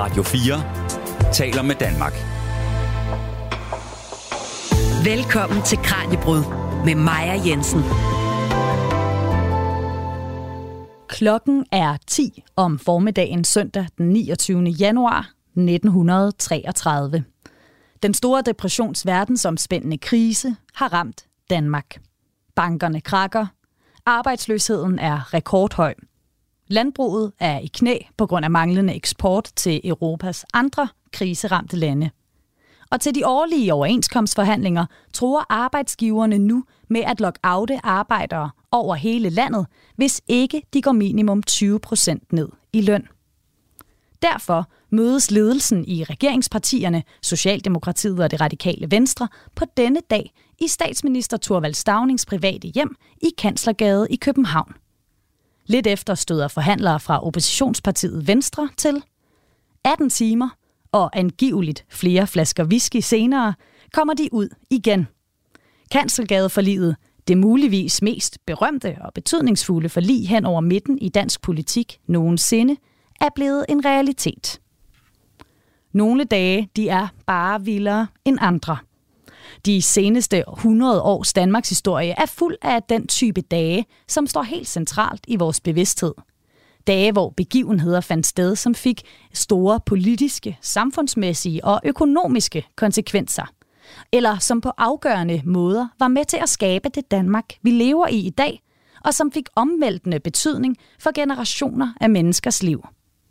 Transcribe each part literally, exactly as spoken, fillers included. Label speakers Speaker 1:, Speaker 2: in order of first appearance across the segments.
Speaker 1: Radio fire taler med Danmark.
Speaker 2: Velkommen til Kraniebrud med Maja Jensen.
Speaker 3: Klokken er ti om formiddagen søndag den niogtyvende januar nitten treogtredive. Den store depressions verdensomspændende krise har ramt Danmark. Bankerne krakker. Arbejdsløsheden er rekordhøj. Landbruget er i knæ på grund af manglende eksport til Europas andre kriseramte lande. Og til de årlige overenskomstforhandlinger truer arbejdsgiverne nu med at lockoute arbejdere over hele landet, hvis ikke de går minimum tyve procent ned i løn. Derfor mødes ledelsen i regeringspartierne, Socialdemokratiet og Det Radikale Venstre, på denne dag i statsminister Thorvald Staunings private hjem i Kanslergade i København. Lidt efter støder forhandlere fra oppositionspartiet Venstre til. atten timer og angiveligt flere flasker whisky senere kommer de ud igen. Kanslergadeforliget, det muligvis mest berømte og betydningsfulde forlig hen over midten i dansk politik nogensinde, er blevet en realitet. Nogle dage, de er bare vildere end andre. De seneste hundrede års Danmarks historie er fuld af den type dage, som står helt centralt i vores bevidsthed. Dage, hvor begivenheder fandt sted, som fik store politiske, samfundsmæssige og økonomiske konsekvenser. Eller som på afgørende måder var med til at skabe det Danmark, vi lever i i dag, og som fik omvæltende betydning for generationer af menneskers liv.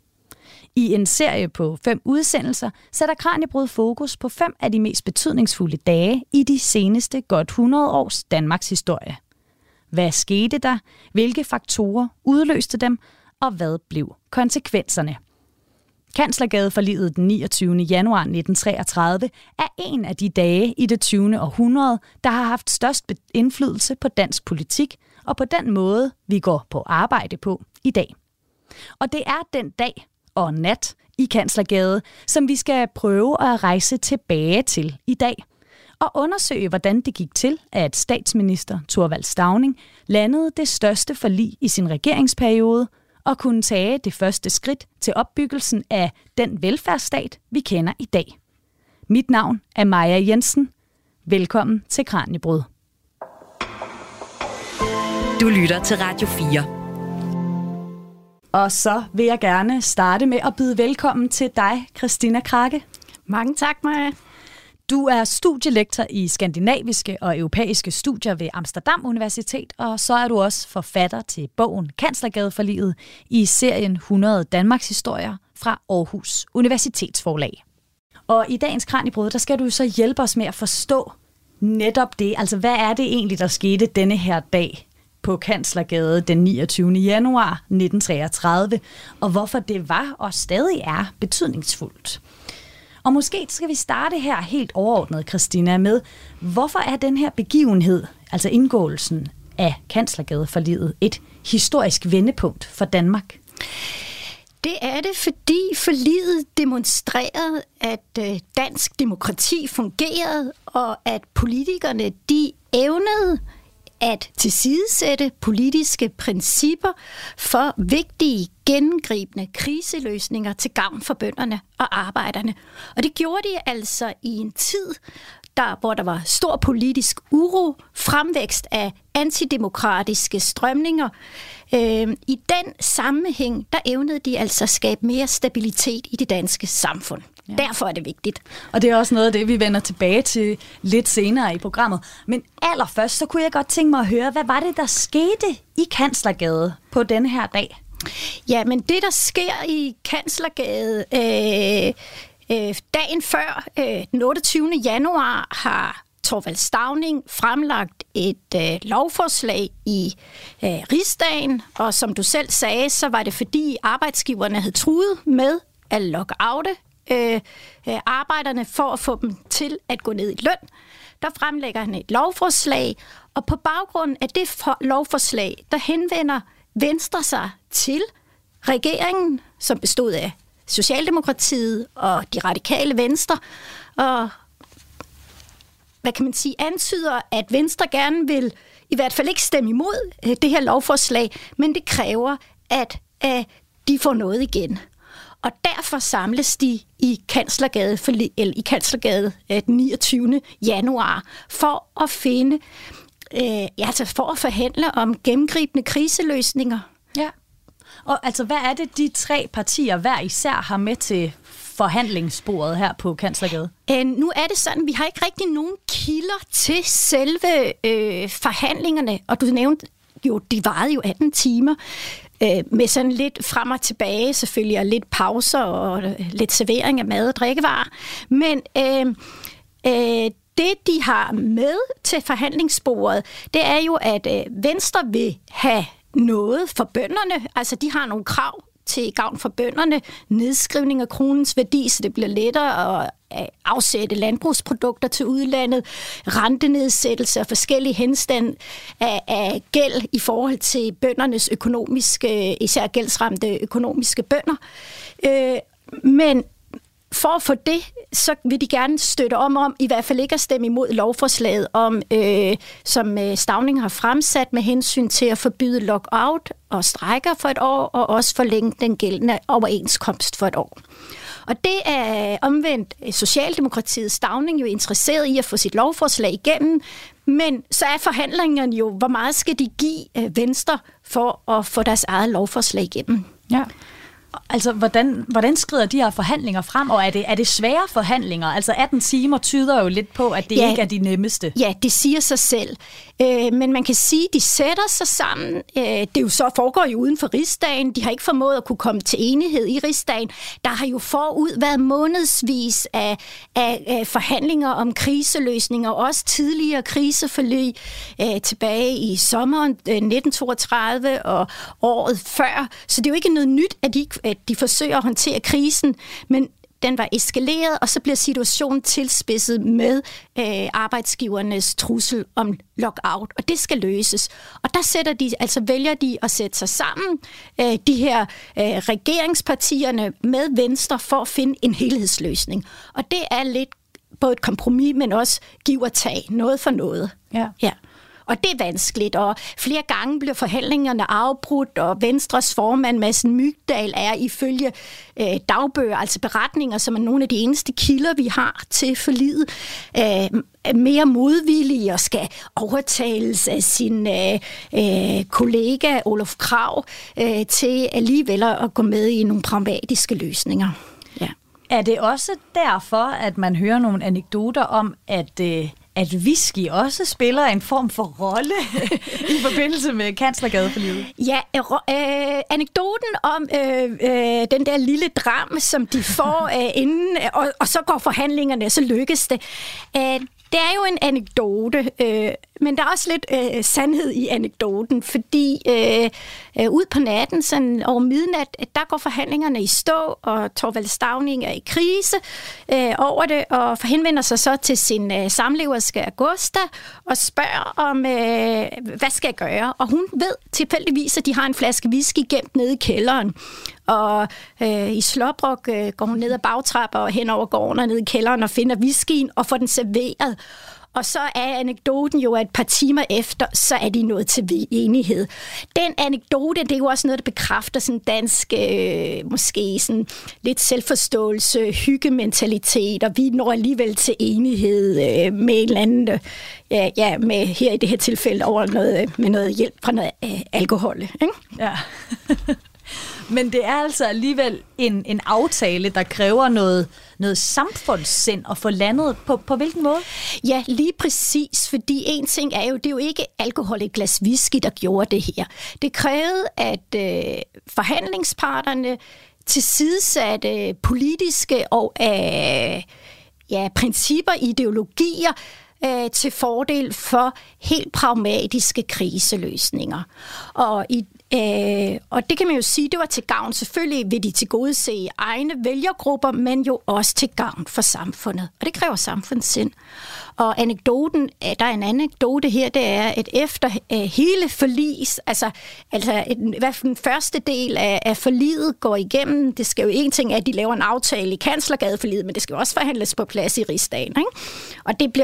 Speaker 3: I en serie på fem udsendelser sætter Kraniebrud fokus på fem af de mest betydningsfulde dage i de seneste godt hundrede års Danmarks historie. Hvad skete der? Hvilke faktorer udløste dem? Og hvad blev konsekvenserne? Kanslergadeforliget den niogtyvende januar nitten treogtredive er en af de dage i det tyvende århundrede, der har haft størst indflydelse på dansk politik og på den måde, vi går på arbejde på i dag. Og det er den dag og nat i Kanslergade, som vi skal prøve at rejse tilbage til i dag og undersøge, hvordan det gik til, at statsminister Thorvald Stauning landede det største forlig i sin regeringsperiode og kunne tage det første skridt til opbyggelsen af den velfærdsstat, vi kender i dag. Mit navn er Maja Jensen. Velkommen til Kraniebrud.
Speaker 2: Du lytter til Radio fire.
Speaker 3: Og så vil jeg gerne starte med at byde velkommen til dig, Christina Krake.
Speaker 4: Mange tak, Maja.
Speaker 3: Du er studielektor i skandinaviske og europæiske studier ved Amsterdam Universitet, og så er du også forfatter til bogen Kanslergadeforliget i serien hundrede Danmarks historier fra Aarhus Universitetsforlag. Og i dagens Kraniebrud, der skal du så hjælpe os med at forstå netop det. Altså, hvad er det egentlig, der skete denne her dag på Kanslergade den niogtyvende januar nitten treogtredive, og hvorfor det var og stadig er betydningsfuldt. Og måske skal vi starte her helt overordnet, Christina, med, hvorfor er den her begivenhed, altså indgåelsen af Kanslergadeforliget, et historisk vendepunkt for Danmark?
Speaker 4: Det er det, fordi forliget demonstrerede, at dansk demokrati fungerede, og at politikerne, de evnede at tilsidesætte politiske principper for vigtige, gennemgribende kriseløsninger til gavn for bønderne og arbejderne. Og det gjorde de altså i en tid, der, hvor der var stor politisk uro, fremvækst af antidemokratiske strømninger. Øh, I den sammenhæng, der evnede de altså at skabe mere stabilitet i det danske samfund. Ja. Derfor er det vigtigt.
Speaker 3: Og det er også noget af det, vi vender tilbage til lidt senere i programmet. Men allerførst, så kunne jeg godt tænke mig at høre, hvad var det, der skete i Kanslergade på denne her dag?
Speaker 4: Ja, men det, der sker i Kanslergade øh, øh, dagen før, øh, den otteogtyvende januar, har Thorvald Stauning fremlagt et øh, lovforslag i øh, Rigsdagen, og som du selv sagde, så var det fordi arbejdsgiverne havde truet med at lockoute øh, øh, arbejderne for at få dem til at gå ned i løn. Der fremlægger han et lovforslag, og på baggrund af det for- lovforslag, der henvender Venstre sig til regeringen, som bestod af Socialdemokratiet og De Radikale Venstre, og hvad kan man sige, antyder, at Venstre gerne vil i hvert fald ikke stemme imod det her lovforslag, men det kræver, at, at de får noget igen. Og derfor samles de i Kanslergade, for, eller i Kanslergade den niogtyvende januar for at finde, øh, ja, altså for at forhandle om gennemgribende kriseløsninger.
Speaker 3: Ja. Og altså, hvad er det, de tre partier hver især har med til forhandlingsbordet her på Kanslergade?
Speaker 4: Øh, nu er det sådan, vi har ikke rigtig nogen kilder til selve øh, forhandlingerne, og du nævnte jo, de varede jo atten timer, øh, med sådan lidt frem og tilbage selvfølgelig, og lidt pauser og lidt servering af mad og drikkevarer. Men øh, øh, det, de har med til forhandlingsbordet, det er jo, at øh, Venstre vil have noget for bønderne. Altså, de har nogle krav til gavn for bønderne, nedskrivning af kronens værdi, så det bliver lettere at afsætte landbrugsprodukter til udlandet, rentenedsættelse og forskellige henstand af, af gæld i forhold til bøndernes økonomiske, især gældsramte økonomiske bønder. Øh, men for at få det, så vil de gerne støtte om, om i hvert fald ikke at stemme imod lovforslaget, om, øh, som øh, Stauning har fremsat med hensyn til at forbyde lockout og strejker for et år, og også forlænge den gældende overenskomst for et år. Og det er omvendt Socialdemokratiets Stauning jo interesseret i at få sit lovforslag igennem, men så er forhandlingerne jo, hvor meget skal de give øh, Venstre for at få deres eget lovforslag igennem.
Speaker 3: Ja. Altså, hvordan, hvordan skrider de her forhandlinger frem, og er det, er det svære forhandlinger? Altså, atten timer tyder jo lidt på, at det ja, ikke er de nemmeste.
Speaker 4: Ja, det siger sig selv. Øh, men man kan sige, at de sætter sig sammen. Øh, det jo så foregår jo uden for Rigsdagen. De har ikke formået at kunne komme til enighed i Rigsdagen. Der har jo forud været månedsvis af, af, af forhandlinger om kriseløsninger, også tidligere kriseforløb øh, tilbage i sommeren øh, nitten toogtredive og året før. Så det er jo ikke noget nyt, at de at de forsøger at håndtere krisen, men den var eskaleret, og så bliver situationen tilspidset med øh, arbejdsgivernes trussel om lockout, og det skal løses. Og der sætter de, altså vælger de at sætte sig sammen, øh, de her øh, regeringspartierne med Venstre, for at finde en helhedsløsning. Og det er lidt både et kompromis, men også giv og tag, noget for noget.
Speaker 3: Ja.
Speaker 4: Ja. Og det er vanskeligt, og flere gange bliver forhandlingerne afbrudt, og Venstres formand Madsen Mygdal er ifølge øh, dagbøger, altså beretninger, som er nogle af de eneste kilder, vi har til forliget, øh, mere modvillige og skal overtales af sin øh, øh, kollega Olof Krag øh, til alligevel at gå med i nogle pragmatiske løsninger. Ja.
Speaker 3: Er det også derfor, at man hører nogle anekdoter om, at øh at whisky også spiller en form for rolle i forbindelse med Kanslergadeforliget?
Speaker 4: Ja, øh, anekdoten om øh, øh, den der lille dram, som de får øh, inden, og, og så går forhandlingerne, så lykkes det. Øh, det er jo en anekdote, øh, men der er også lidt øh, sandhed i anekdoten, fordi øh, øh, ud på natten, sådan over midnat, der går forhandlingerne i stå, og Thorvald Stauning er i krise øh, over det, og henvender sig så til sin øh, samleverske Augusta og spørger om, øh, hvad skal jeg gøre? Og hun ved tilfældigvis, at de har en flaske whisky gemt nede i kælderen. Og øh, i Slåbrok øh, går hun ned ad bagtrapper og hen over gården og ned i kælderen og finder whiskyen og får den serveret. Og så er anekdoten jo, at et par timer efter, så er de nået til enighed. Den anekdote, det er jo også noget, der bekræfter sådan dansk, øh, måske sådan lidt selvforståelse, hyggementalitet, og vi når alligevel til enighed øh, med en eller anden, øh, ja, ja, med her i det her tilfælde over noget, med noget hjælp fra noget øh, alkohol. Ikke?
Speaker 3: Ja. Men det er altså alligevel en, en aftale, der kræver noget, noget samfundssind at få landet på, på hvilken måde?
Speaker 4: Ja, lige præcis, fordi en ting er jo, det er jo ikke alkohol i et glas whisky, der gjorde det her. Det krævede, at øh, forhandlingsparterne tilsidesatte politiske og øh, ja, principper, ideologier, øh, til fordel for helt pragmatiske kriseløsninger. Og i Øh, og det kan man jo sige, det var til gavn. Selvfølgelig vil de tilgodese egne vælgergrupper, men jo også til gavn for samfundet. Og det kræver samfundssind. Og anekdoten, der er en anekdote her, det er, at efter øh, hele forlis, altså, altså et, i hvert fald den første del af, af forliget går igennem, det skal jo en ting, at de laver en aftale i Kanslergadeforliget, men det skal jo også forhandles på plads i Rigsdagen, ikke? Og det bliver først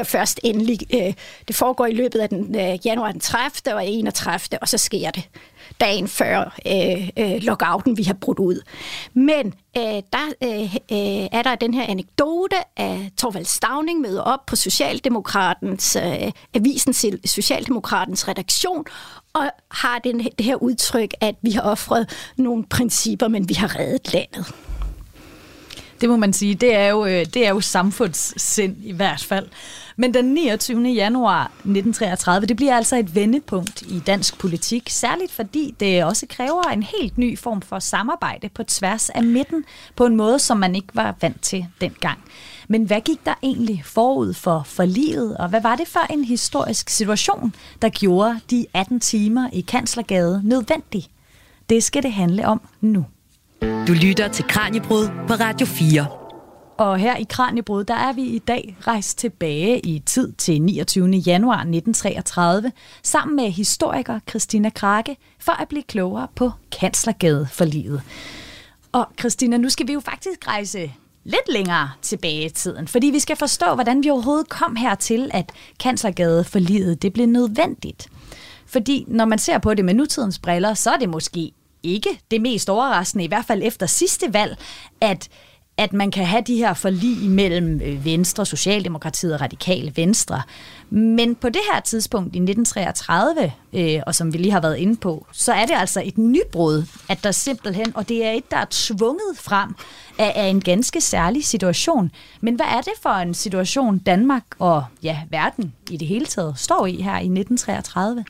Speaker 4: endelig, øh, det foregår i løbet af den, øh, januar den tredivte og enogtredivte, og så sker det dagen før øh, øh, lockouten, vi har brudt ud. Men øh, der øh, øh, er der den her anekdote af Thorvald Stauning møder op på Socialdemokratens, øh, avisen til Socialdemokratens redaktion, og har den, det her udtryk, at vi har offret nogle principper, men vi har reddet landet.
Speaker 3: Det må man sige, det er jo, det er jo samfundssind i hvert fald. Men den niogtyvende januar nitten treogtredive, det bliver altså et vendepunkt i dansk politik, særligt fordi det også kræver en helt ny form for samarbejde på tværs af midten, på en måde, som man ikke var vant til dengang. Men hvad gik der egentlig forud for forliget, og hvad var det for en historisk situation, der gjorde de atten timer i Kanslergade nødvendige? Det skal det handle om nu.
Speaker 2: Du lytter til Kraniebrud på Radio fire.
Speaker 3: Og her i Kraniebrud, der er vi i dag rejst tilbage i tid til niogtyvende januar nitten treogtredive, sammen med historiker Christina Krake, for at blive klogere på Kanslergade-forliget. Og Christina, nu skal vi jo faktisk rejse lidt længere tilbage i tiden, fordi vi skal forstå, hvordan vi overhovedet kom hertil, at Kanslergade-forliget det blev nødvendigt. Fordi når man ser på det med nutidens briller, så er det måske ikke det mest overraskende, i hvert fald efter sidste valg, at, at man kan have de her forlig mellem Venstre, Socialdemokratiet og Radikale Venstre. Men på det her tidspunkt i nitten treogtredive, øh, og som vi lige har været inde på, så er det altså et nybrud, at der simpelthen, og det er et, der er tvunget frem af, af en ganske særlig situation. Men hvad er det for en situation, Danmark og ja, verden i det hele taget står i her i nitten treogtredive?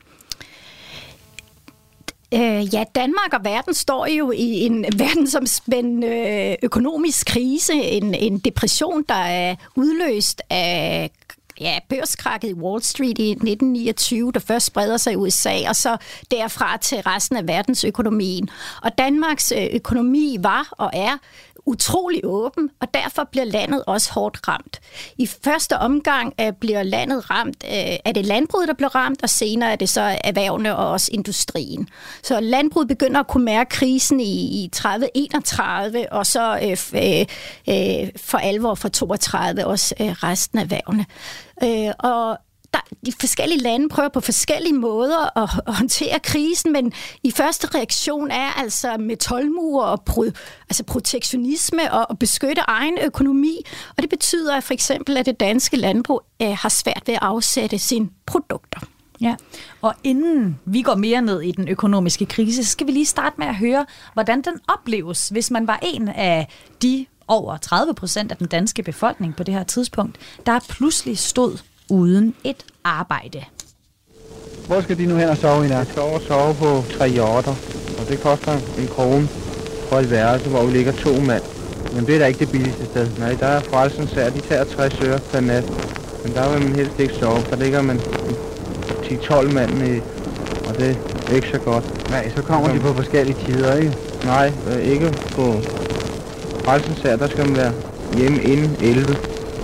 Speaker 4: Øh, ja, Danmark og verden står jo i en verdensomspændende økonomisk krise, en, en depression, der er udløst af ja, børskrakket i Wall Street i nitten niogtyve, der først spreder sig i U S A, og så derfra til resten af verdensøkonomien. Og Danmarks økonomi var og er utrolig åben, og derfor bliver landet også hårdt ramt. I første omgang uh, bliver landet ramt, uh, er det landbruget, der bliver ramt, og senere er det så erhvervene og også industrien. Så landbruget begynder at kunne mærke krisen i, i tredive enogtredive, og så uh, f, uh, uh, for alvor for toogtredive også uh, resten af erhvervene. Uh, og Der, de forskellige lande prøver på forskellige måder at, at håndtere krisen, men i første reaktion er altså med toldmure og pro, altså protektionisme og, og beskytte egen økonomi. Og det betyder at for eksempel, at det danske landbrug øh, har svært ved at afsætte sine produkter.
Speaker 3: Ja, og inden vi går mere ned i den økonomiske krise, så skal vi lige starte med at høre, hvordan den opleves, hvis man var en af de over tredive procent af den danske befolkning på det her tidspunkt, der pludselig stod uden et arbejde.
Speaker 5: Hvor skal de nu hen og sove i nat? Jeg skal over og sove på tre hjorter, og det koster en krone for et værelse, hvor vi ligger to mand. Men det er da ikke det billigste sted. Nej, der er frelsen sær, de tager tres øre per nat. Men der vil man helst ikke sove. Der ligger man ti til tolv mand i, og det er ikke så godt.
Speaker 6: Nej, så kommer de på forskellige tider, ikke?
Speaker 5: Nej, ikke på frelsen sær, der skal man være hjemme inden elleve.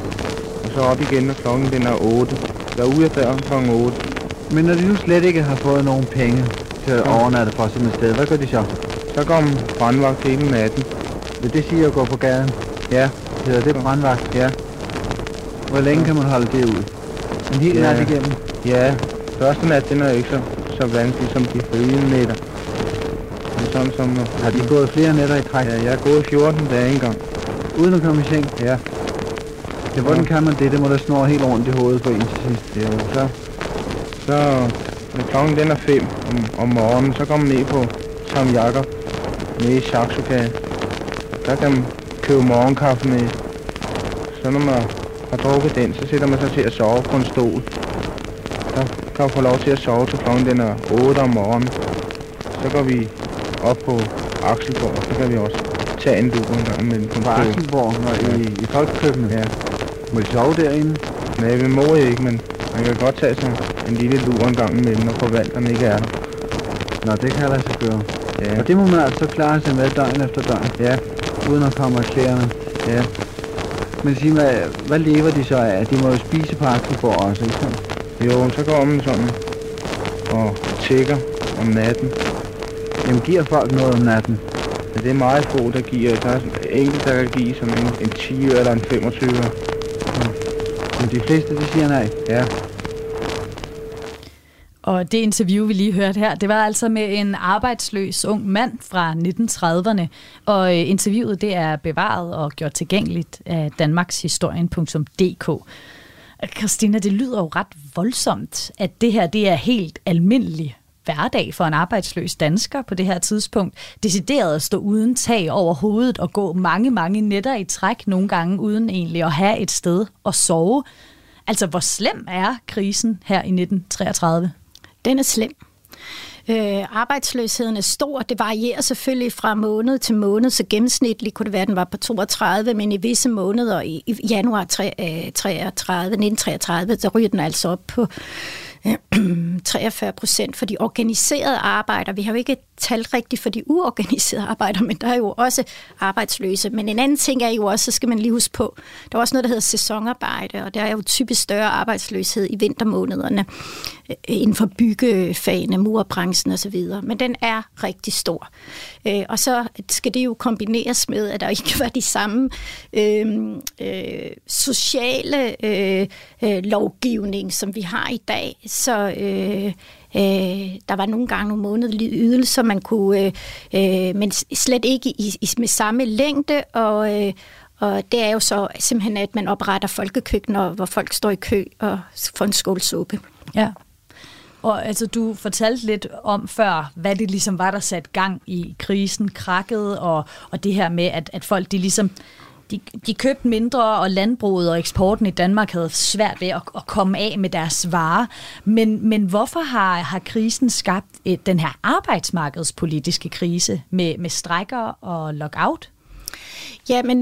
Speaker 5: Og så op igen, når klokken den er otte. Der er ude af døren klokken otte.
Speaker 6: Men når de nu slet ikke har fået nogen penge til at overnatte fra sådan et sted, hvad gør de så?
Speaker 5: Så går man brandvagt hele natten.
Speaker 6: Vil det sige at gå på gaden?
Speaker 5: Ja.
Speaker 6: Hedder det brandvagt?
Speaker 5: Ja.
Speaker 6: Hvor længe kan man holde det ud? En hel
Speaker 5: ja.
Speaker 6: nat igennem?
Speaker 5: Ja. Første nat, den er ikke så, så vanskelig som de følgende nætter. Sådan som...
Speaker 6: Har de gået flere nætter i træk?
Speaker 5: Ja, jeg har gået fjorten dage engang.
Speaker 6: Uden at komme i seng?
Speaker 5: Ja.
Speaker 6: Ja, hvordan kan man det? Det må da snurre helt rundt i hovedet på en til sidst.
Speaker 5: Jo, så... Så... Når klokken den er fem om, om morgenen, så kommer man ned på Tom Jakob nede i Saxogade. Der kan man købe morgenkaffe med. Så når man har drukket den, så sætter man sig til at sove på en stol. Så kan man få lov til at sove til klokken den er otte om morgenen. Så går vi op på Akselborg, og så kan vi også tage en lur en gang imellem.
Speaker 6: På Akselborg, når i, i folkekøkkenet?
Speaker 5: Ja.
Speaker 6: Må de sove derinde?
Speaker 5: Nej, vi må ikke, men man kan godt tage sig en lille lur en gang imellem, når forvalterne ikke er der.
Speaker 6: Nå, det kan lade sig gøre.
Speaker 5: Ja.
Speaker 6: Og det må man altså klare sig med døgn efter døgn?
Speaker 5: Ja.
Speaker 6: Uden at komme af klæderne?
Speaker 5: Ja.
Speaker 6: Men sig mig, hvad lever de så af? De må jo spise på Akselborg også, ikke sådan?
Speaker 5: Jo, så går man sådan og tækker om natten.
Speaker 6: Jamen giver folk noget om natten?
Speaker 5: Ja, det er meget få, der giver. Der er enkelt, der kan give som en, en ti eller en femogtyve.
Speaker 6: Men de fleste, de siger nej. Ja.
Speaker 3: Og det interview, vi lige hørte her, det var altså med en arbejdsløs ung mand fra nitten trediverne. Og interviewet, det er bevaret og gjort tilgængeligt af danmarkshistorien punktum d k. Christina, det lyder jo ret voldsomt, at det her, det er helt almindelig hverdag for en arbejdsløs dansker på det her tidspunkt. Decideret at stå uden tag over hovedet og gå mange, mange nætter i træk nogle gange, uden egentlig at have et sted at sove. Altså, hvor slem er krisen her i nitten treogtredive?
Speaker 4: Den er slem. Øh, arbejdsløsheden er stor. Det varierer selvfølgelig fra måned til måned, så gennemsnitligt kunne det være, at den var på toogtredive, men i visse måneder i, i januar treogtredive, nitten treogtredive, så ryger den altså op på treogfyrre procent for de organiserede arbejdere. Vi har jo ikke et tal rigtigt for de uorganiserede arbejdere, men der er jo også arbejdsløse. Men en anden ting er jo også, så skal man lige huske på, der er også noget, der hedder sæsonarbejde, og der er jo typisk større arbejdsløshed i vintermånederne inden for byggefagene, murbranchen osv. Men den er rigtig stor. Og så skal det jo kombineres med, at der ikke var de samme øh, øh, sociale øh, øh, lovgivning, som vi har i dag. Så øh, øh, der var nogle gange nogle månedlige ydelser, man kunne, øh, øh, men slet ikke i, i, med samme længde, og, øh, og det er jo så simpelthen, at man opretter folkekøkkener, hvor folk står i kø og får en skål suppe.
Speaker 3: Ja. Og altså, du fortalte lidt om før, hvad det ligesom var, der satte gang i krisen, krakket, og, og det her med, at, at folk de ligesom de, de købte mindre, og landbruget og eksporten i Danmark havde svært ved at, at komme af med deres varer. Men, men hvorfor har, har krisen skabt et, den her arbejdsmarkedspolitiske krise med, med strejker og lockout?
Speaker 4: Jamen,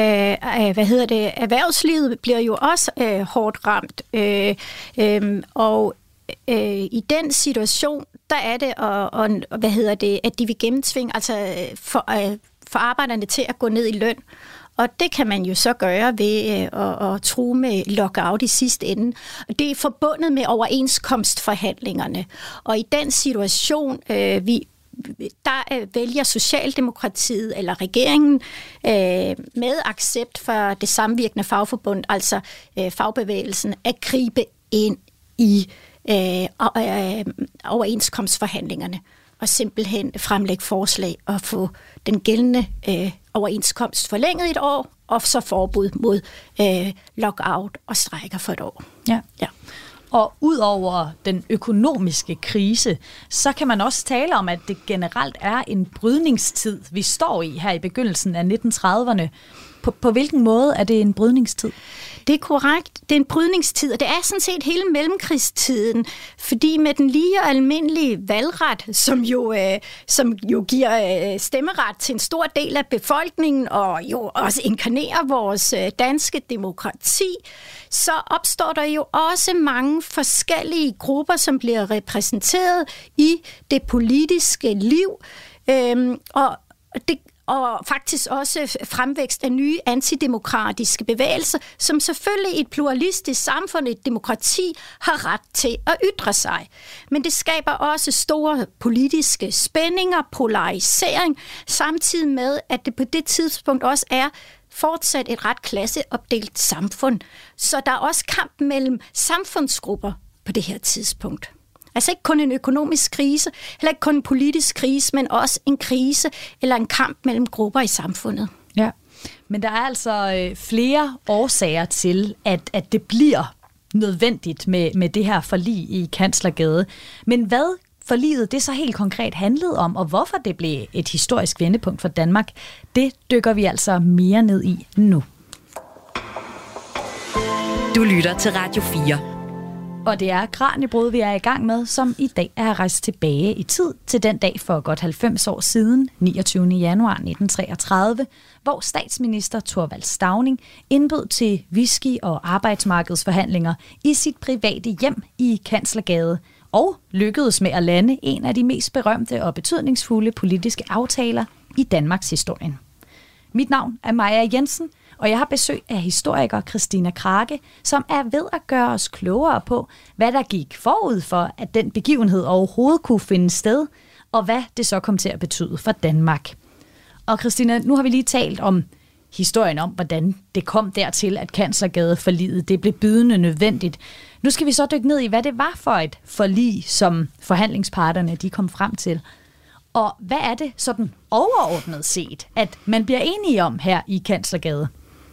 Speaker 4: øh, hvad hedder det? Erhvervslivet bliver jo også øh, hårdt ramt, øh, øh, og Øh, i den situation, der er det, og, og, hvad hedder det, at de vil gennemtvinge, altså for, øh, for arbejderne til at gå ned i løn. Og det kan man jo så gøre ved øh, at, at true med lockout i sidste ende. Og det er forbundet med overenskomstforhandlingerne. Og i den situation, øh, vi der øh, vælger Socialdemokratiet eller regeringen øh, med accept for det samvirkende fagforbund, altså øh, fagbevægelsen, at gribe ind i Øh, øh, overenskomstforhandlingerne og simpelthen fremlægge forslag og få den gældende øh, overenskomst forlænget et år, og så forbud mod øh, lockout og strejker for et år.
Speaker 3: Ja.
Speaker 4: Ja.
Speaker 3: Og ud over den økonomiske krise, så kan man også tale om, at det generelt er en brydningstid, vi står i her i begyndelsen af nitten trediverne. På, på hvilken måde er det en brydningstid?
Speaker 4: Det er korrekt. Det er en brydningstid, og det er sådan set hele mellemkrigstiden, fordi med den lige og almindelige valgret, som jo, øh, som jo giver øh, stemmeret til en stor del af befolkningen, og jo også inkarnerer vores øh, danske demokrati, så opstår der jo også mange forskellige grupper, som bliver repræsenteret i det politiske liv, øhm, og det og faktisk også fremvækst af nye antidemokratiske bevægelser, som selvfølgelig i et pluralistisk samfund, et demokrati, har ret til at ytre sig. Men det skaber også store politiske spændinger, polarisering, samtidig med, at det på det tidspunkt også er fortsat et ret klasseopdelt samfund. Så der er også kamp mellem samfundsgrupper på det her tidspunkt. Altså ikke kun en økonomisk krise, heller ikke kun en politisk krise, men også en krise eller en kamp mellem grupper i samfundet.
Speaker 3: Ja, men der er altså øh, flere årsager til, at, at det bliver nødvendigt med, med det her forlig i Kanslergade. Men hvad forliget det så helt konkret handlede om, og hvorfor det blev et historisk vendepunkt for Danmark, det dykker vi altså mere ned i nu.
Speaker 2: Du lytter til Radio fire.
Speaker 3: Og det er Kraniebrud, vi er i gang med, som i dag er rejst tilbage i tid til den dag for godt halvfems år siden, niogtyvende januar nitten treogtredive, hvor statsminister Thorvald Stauning indbød til whisky- og arbejdsmarkedsforhandlinger i sit private hjem i Kanslergade, og lykkedes med at lande en af de mest berømte og betydningsfulde politiske aftaler i Danmarks historien. Mit navn er Maja Jensen, og jeg har besøg af historiker Christina Krake, som er ved at gøre os klogere på, hvad der gik forud for, at den begivenhed overhovedet kunne finde sted, og hvad det så kom til at betyde for Danmark. Og Christina, nu har vi lige talt om historien om, hvordan det kom dertil, at Kanslergadeforliget det blev bydende nødvendigt. Nu skal vi så dykke ned i, hvad det var for et forlig, som forhandlingsparterne de kom frem til. Og hvad er det sådan overordnet set, at man bliver enige om her i Kanslergade?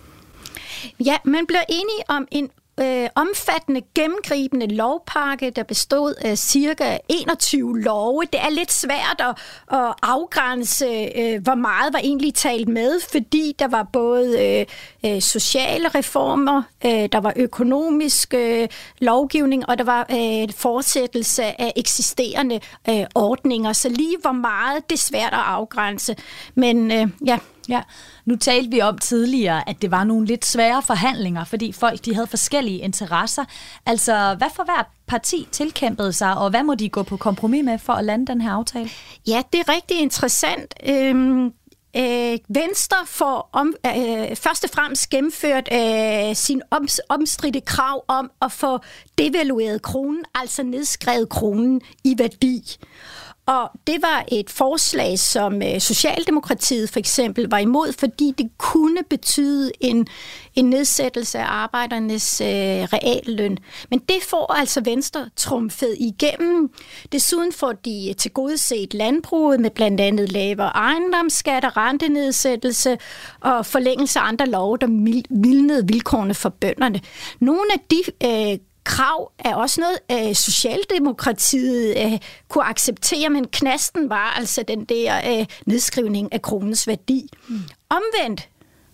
Speaker 4: Ja, man bliver enige om en øh, omfattende, gennemgribende lovpakke, der bestod af cirka enogtyve love. Det er lidt svært at, at afgrænse, øh, hvor meget var egentlig talt med, fordi der var både øh, øh, sociale reformer, øh, der var økonomisk øh, lovgivning, og der var øh, fortsættelse af eksisterende øh, ordninger. Så lige hvor meget, det er svært at afgrænse. Men øh, ja...
Speaker 3: Ja, nu talte vi om tidligere, at det var nogle lidt svære forhandlinger, fordi folk de havde forskellige interesser. Altså, hvad for hvert parti tilkæmpede sig, og hvad må de gå på kompromis med for at lande den her aftale?
Speaker 4: Ja, det er rigtig interessant. Øhm Øh, Venstre får om, øh, først og fremmest gennemført øh, sin om, omstridte krav om at få devalueret kronen, altså nedskrevet kronen i værdi. Og det var et forslag, som øh, Socialdemokratiet for eksempel var imod, fordi det kunne betyde en, en nedsættelse af arbejdernes øh, realløn. Men det får altså Venstre trumfet igennem. Desuden får de tilgodeset landbruget med blandt andet lavere ejendomsskatter, rentenedsættelse og forlængelse af andre love, der mildnede vilkårene for bønderne. Nogle af de øh, krav er også noget, øh, Socialdemokratiet øh, kunne acceptere, men knasten var altså den der øh, nedskrivning af kronens værdi. Mm. Omvendt,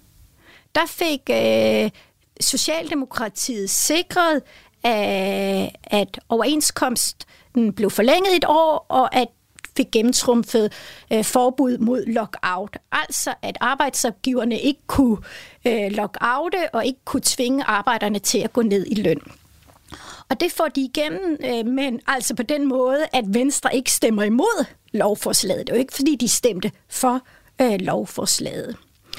Speaker 4: der fik øh, Socialdemokratiet sikret, øh, at overenskomsten blev forlænget et år, og at fik gennemtrumfet øh, forbud mod lockout. Altså, at arbejdsopgiverne ikke kunne øh, lockoute og ikke kunne tvinge arbejderne til at gå ned i løn. Og det får de igennem, øh, men altså på den måde, at Venstre ikke stemmer imod lovforslaget. Det er jo ikke, fordi de stemte for øh, lovforslaget.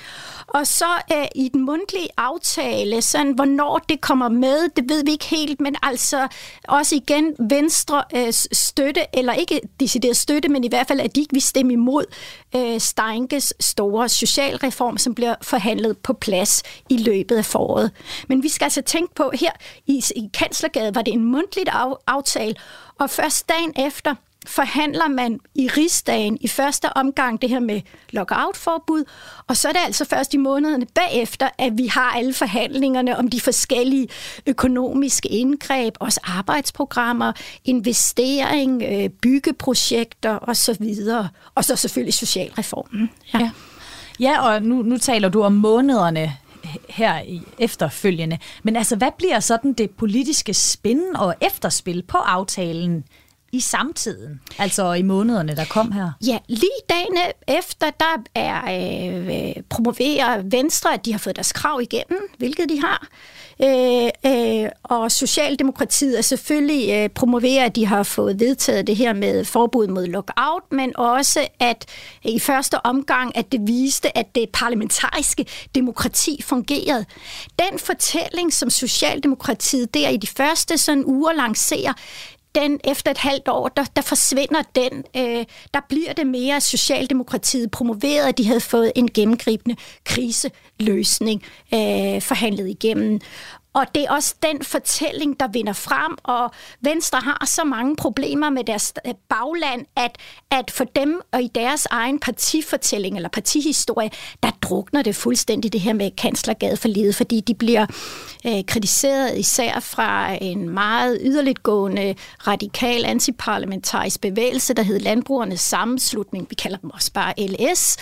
Speaker 4: Og så øh, i den mundtlige aftale, sådan, hvornår det kommer med, det ved vi ikke helt, men altså også igen Venstre øh, støtte, eller ikke decideret støtte, men i hvert fald, at de ikke vil stemme imod øh, Steinkes store socialreform, som bliver forhandlet på plads i løbet af foråret. Men vi skal altså tænke på, her i, i Kanslergade var det en mundtlig af, aftale, og først dagen efter forhandler man i Rigsdagen i første omgang det her med lockout-forbud, og så er det altså først i månederne bagefter, at vi har alle forhandlingerne om de forskellige økonomiske indgreb, også arbejdsprogrammer, investering, byggeprojekter osv., og så selvfølgelig socialreformen. Ja,
Speaker 3: ja. ja og nu, nu taler du om månederne her i efterfølgende, men altså, hvad bliver sådan det politiske spin og efterspil på aftalen i samtiden, altså i månederne, der kom her?
Speaker 4: Ja, lige dagen efter, der er øh, promoverer Venstre, at de har fået deres krav igennem, hvilket de har. Øh, øh, og Socialdemokratiet er selvfølgelig øh, promoverer, at de har fået vedtaget det her med forbud mod lockout, men også, at i første omgang, at det viste, at det parlamentariske demokrati fungerede. Den fortælling, som Socialdemokratiet der i de første sådan uger lancerer, den efter et halvt år, der, der forsvinder den. Øh, der bliver det mere Socialdemokratiet promoveret, at de havde fået en gennemgribende kriseløsning øh, forhandlet igennem. Og det er også den fortælling, der vinder frem, og Venstre har så mange problemer med deres bagland, at, at for dem og i deres egen partifortælling eller partihistorie, der drukner det fuldstændig det her med Kanslergadeforliget, fordi de bliver øh, kritiseret især fra en meget yderligtgående radikal antiparlamentarisk bevægelse, der hed Landbrugernes Sammenslutning, vi kalder dem også bare L S,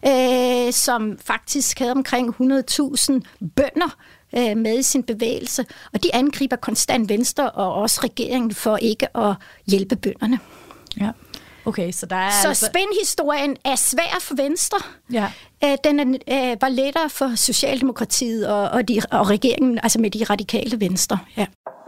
Speaker 4: øh, som faktisk havde omkring hundrede tusind bønder med i sin bevægelse, og de angriber konstant Venstre og også regeringen for ikke at hjælpe bønderne.
Speaker 3: Ja. Okay, så der er
Speaker 4: så
Speaker 3: altså...
Speaker 4: spændhistorien er svær for Venstre.
Speaker 3: Ja.
Speaker 4: Den er, var lettere for Socialdemokratiet og, og, de, og regeringen, altså med de radikale Venstre. Ja.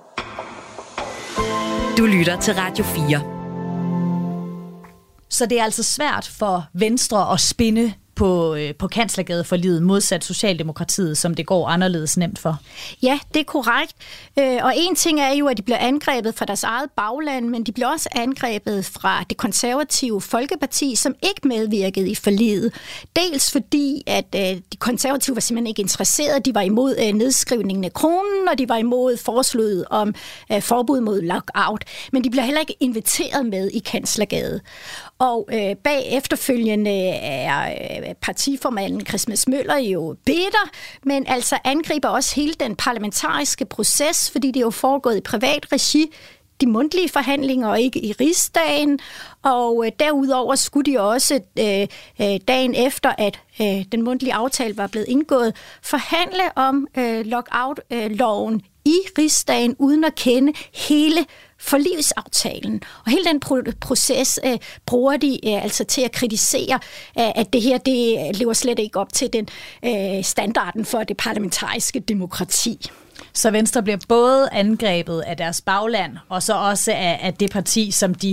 Speaker 2: Du lytter til Radio fire.
Speaker 3: Så det er altså svært for Venstre at spinde på, øh, på Kanslergadeforliget modsat Socialdemokratiet, som det går anderledes nemt for.
Speaker 4: Ja, det er korrekt. Øh, og en ting er jo, at de bliver angrebet fra deres eget bagland, men de bliver også angrebet fra det konservative Folkeparti, som ikke medvirkede i forliget. Dels fordi, at øh, de konservative var simpelthen ikke interesserede. De var imod øh, nedskrivningen af kronen, og de var imod forslaget om øh, forbud mod lockout. Men de bliver heller ikke inviteret med i Kanslergade. Og øh, bag efterfølgende er øh, partiformanden Christmas Møller jo bitter, men altså angriber også hele den parlamentariske proces, fordi det er jo foregået i privat regi, de mundtlige forhandlinger og ikke i Rigsdagen. Og øh, derudover skulle de også øh, øh, dagen efter, at øh, den mundtlige aftale var blevet indgået, forhandle om øh, lockout-loven øh, i Rigsdagen uden at kende hele forligsaftalen. Og hele den pro- proces øh, bruger de øh, altså til at kritisere, øh, at det her det lever slet ikke op til den øh, standarden for det parlamentariske demokrati.
Speaker 3: Så Venstre bliver både angrebet af deres bagland, og så også af, af det parti, som de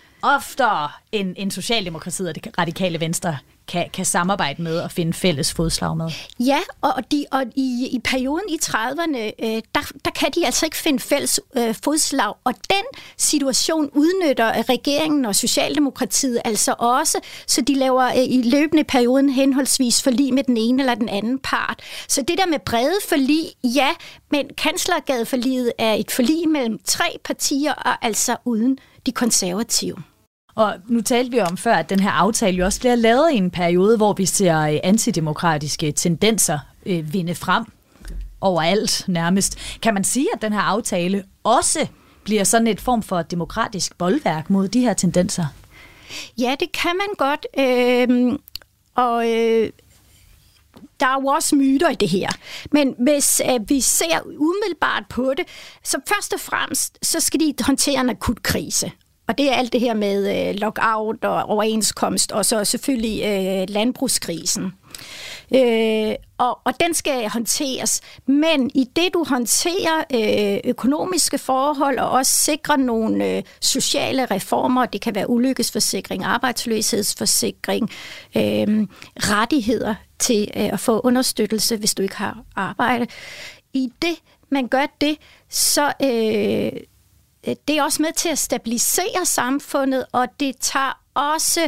Speaker 3: oftere end, end Socialdemokratiet og det radikale Venstre kan, kan samarbejde med og finde fælles fodslag med.
Speaker 4: Ja, og, de, og i, i perioden i trediverne, øh, der, der kan de altså ikke finde fælles øh, fodslag, og den situation udnytter regeringen og Socialdemokratiet altså også, så de laver øh, i løbende perioden henholdsvis forlig med den ene eller den anden part. Så det der med brede forlig, ja, men Kanslergadeforliget er et forlig mellem tre partier, og altså uden de konservative.
Speaker 3: Og nu talte vi om før, at den her aftale jo også bliver lavet i en periode, hvor vi ser antidemokratiske tendenser øh, vinde frem overalt nærmest. Kan man sige, at den her aftale også bliver sådan et form for demokratisk bolværk mod de her tendenser?
Speaker 4: Ja, det kan man godt. Øh, og øh, der er jo også myter i det her. Men hvis øh, vi ser umiddelbart på det, så først og fremmest, så skal de håndtere en akut krise. Og det er alt det her med øh, lockout og overenskomst, og så selvfølgelig øh, landbrugskrisen. Øh, og, og den skal håndteres. Men i det, du håndterer øh, økonomiske forhold og også sikrer nogle øh, sociale reformer, det kan være ulykkesforsikring, arbejdsløshedsforsikring, øh, rettigheder til øh, at få understøttelse, hvis du ikke har arbejde. I det, man gør det, så Øh, det er også med til at stabilisere samfundet, og det tager også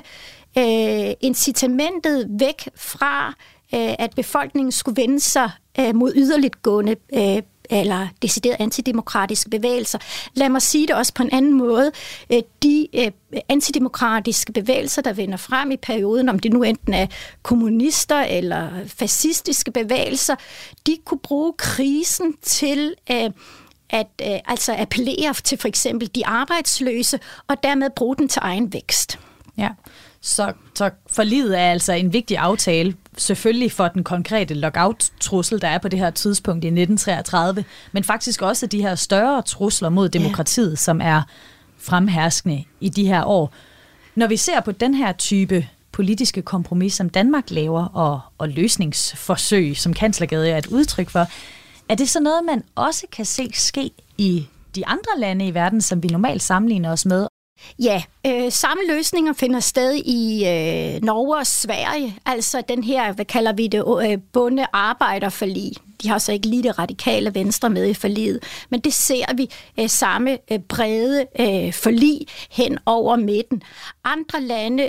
Speaker 4: øh, incitamentet væk fra, øh, at befolkningen skulle vende sig øh, mod yderligt gående øh, eller decideret antidemokratiske bevægelser. Lad mig sige det også på en anden måde. Øh, de øh, antidemokratiske bevægelser, der vender frem i perioden, om det nu enten er kommunister eller fascistiske bevægelser, de kunne bruge krisen til Øh, at øh, altså appellere til for eksempel de arbejdsløse, og dermed bruge den til egen vækst.
Speaker 3: Ja, så, så forliget er altså en vigtig aftale, selvfølgelig for den konkrete lockout-trussel, der er på det her tidspunkt i nitten treogtredive, men faktisk også de her større trusler mod demokratiet, ja, som er fremherskende i de her år. Når vi ser på den her type politiske kompromis, som Danmark laver, og, og løsningsforsøg, som Kanslergade er et udtryk for, er det så noget, man også kan se ske i de andre lande i verden, som vi normalt sammenligner os med?
Speaker 4: Ja, øh, samme løsninger finder sted i øh, Norge og Sverige. Altså den her, hvad kalder vi det, øh, bonde-arbejderforlig. De har så ikke lige det radikale Venstre med i forliget, men det ser vi øh, samme øh, brede øh, forlig hen over midten. Andre lande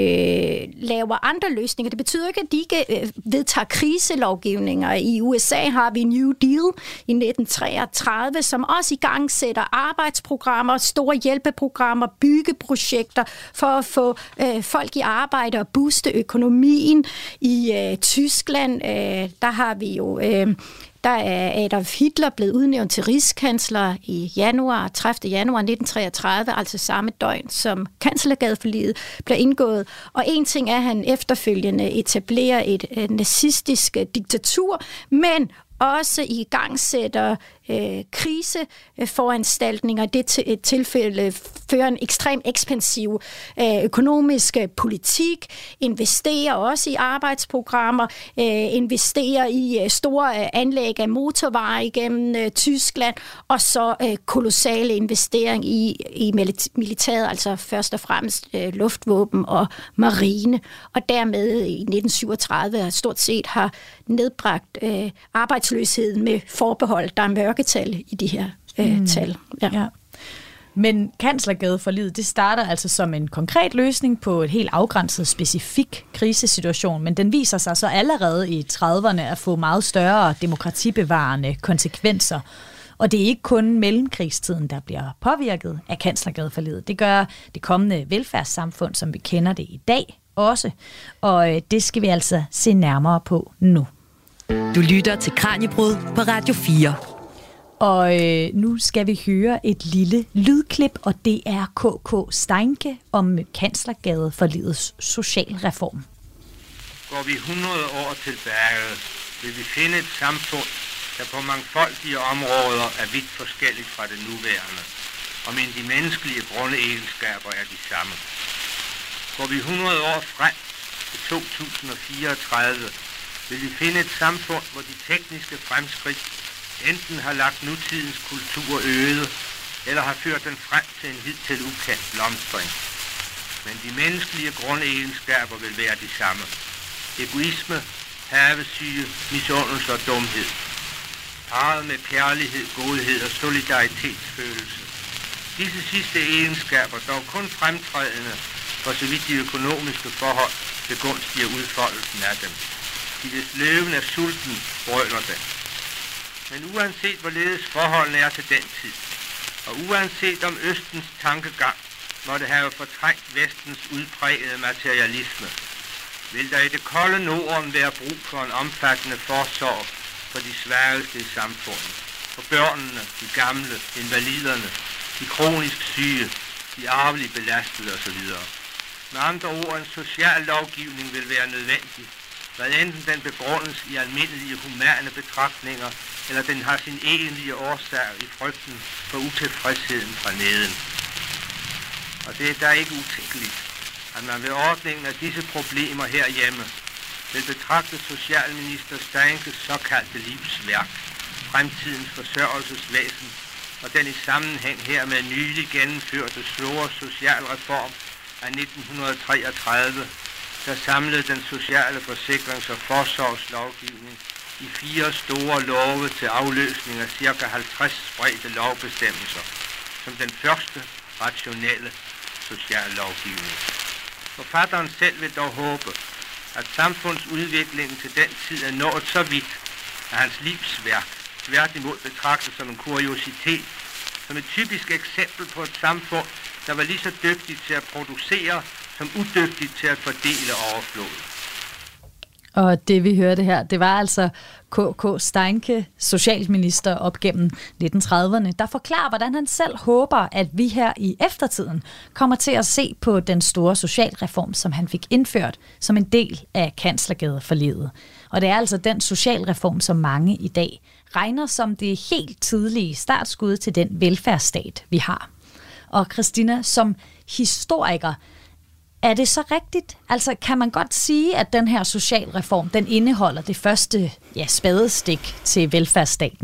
Speaker 4: øh, laver andre løsninger. Det betyder ikke, at de ikke øh, vedtager kriselovgivninger. I U S A har vi New Deal i nitten treogtredive, som også i gang sætter arbejdsprogrammer, store hjælpeprogrammer, byggeprojekter for at få øh, folk i arbejde og booste økonomien. I øh, Tyskland, øh, der har vi jo Øh, Der er Adolf Hitler blevet udnævnt til rigskansler i januar, tredivte januar nitten treogtredive, altså samme døgn, som Kanslergadeforliget blev indgået. Og en ting er, at han efterfølgende etablerer et, et nazistisk diktatur, men også i gang sætter øh, kriseforanstaltninger. Det til et tilfælde fører en ekstrem ekspansiv øh, økonomisk politik, investerer også i arbejdsprogrammer, øh, investerer i øh, store øh, anlæg af motorveje gennem øh, Tyskland, og så øh, kolossale investering i, i militæret, altså først og fremmest øh, luftvåben og marine, og dermed i nitten syvogtredive stort set har nedbragt øh, arbejdsløsheden med forbehold. Der er mørketal i de her øh, mm. tal. Ja. Ja.
Speaker 3: Men kanslergadeforliget, det starter altså som en konkret løsning på et helt afgrænset, specifik krisesituation, men den viser sig så allerede i trediverne at få meget større demokratibevarende konsekvenser. Og det er ikke kun mellemkrigstiden, der bliver påvirket af kanslergadeforliget. Det gør det kommende velfærdssamfund, som vi kender det i dag, også. Og det skal vi altså se nærmere på nu.
Speaker 2: Du lytter til Kraniebrud på Radio fire.
Speaker 3: Og øh, nu skal vi høre et lille lydklip, og det er K K Steinke om kanslergadeforligets socialreform.
Speaker 7: Går vi hundrede år tilbage, vil vi finde et samfund, der på mangfoldige områder er vidt forskelligt fra det nuværende, og men de menneskelige grundegenskaber er de samme. Går vi hundrede år frem til to tusind fireogtredive, vil vi finde et samfund, hvor de tekniske fremskridt enten har lagt nutidens kultur øde, eller har ført den frem til en hidtil ukendt blomstring. Men de menneskelige grundegenskaber vil være de samme. Egoisme, havesyge, misundelse og dumhed. Parret med kærlighed, godhed og solidaritetsfølelse. Disse sidste egenskaber dog kun fremtrædende, for så vidt de økonomiske forhold begunstiger udfoldelsen af dem. De hvis løven er sulten, brøler den. Men uanset hvorledes forholdene er til den tid, og uanset om Østens tankegang måtte have fortrængt Vestens udprægede materialisme, vil der i det kolde Norden være brug for en omfattende forsorg for de svageste i samfundet, for børnene, de gamle, invaliderne, de kronisk syge, de arveligt belastede osv. Med andre ord, en social lovgivning vil være nødvendig, hvad enten den begrundes i almindelige humane betragtninger, eller den har sin egentlige årsag i frygten for utilfredsheden fra neden. Og det er da ikke utænkeligt, at man ved ordningen af disse problemer herhjemme vil betragte socialminister Steinkes såkaldte livsværk, fremtidens forsørgelsesvæsen, og den i sammenhæng her med nylig gennemførte store socialreform af nitten treogtredive, der samlede den sociale forsikrings- og forsorgslovgivning i fire store love til afløsning af ca. halvtreds spredte lovbestemmelser, som den første rationelle sociallovgivning. Forfatteren selv vil dog håbe, at samfundsudviklingen til den tid er nået så vidt, at hans livsværk tværtimod betragtes som en kuriositet, som et typisk eksempel på et samfund, der var lige så dygtigt til at producere, som udygtigt til at fordele overflod.
Speaker 3: Og det vi hørte her, det var altså K K Steinke, socialminister op gennem nitten trediverne, der forklarer, hvordan han selv håber, at vi her i eftertiden kommer til at se på den store socialreform, som han fik indført som en del af kanslergadeforliget. Og det er altså den socialreform, som mange i dag regner som det helt tidlige startskud til den velfærdsstat, vi har. Og Christina, som historiker, er det så rigtigt? Altså, kan man godt sige, at den her socialreform, den indeholder det første ja, spadestik til velfærdsstaten?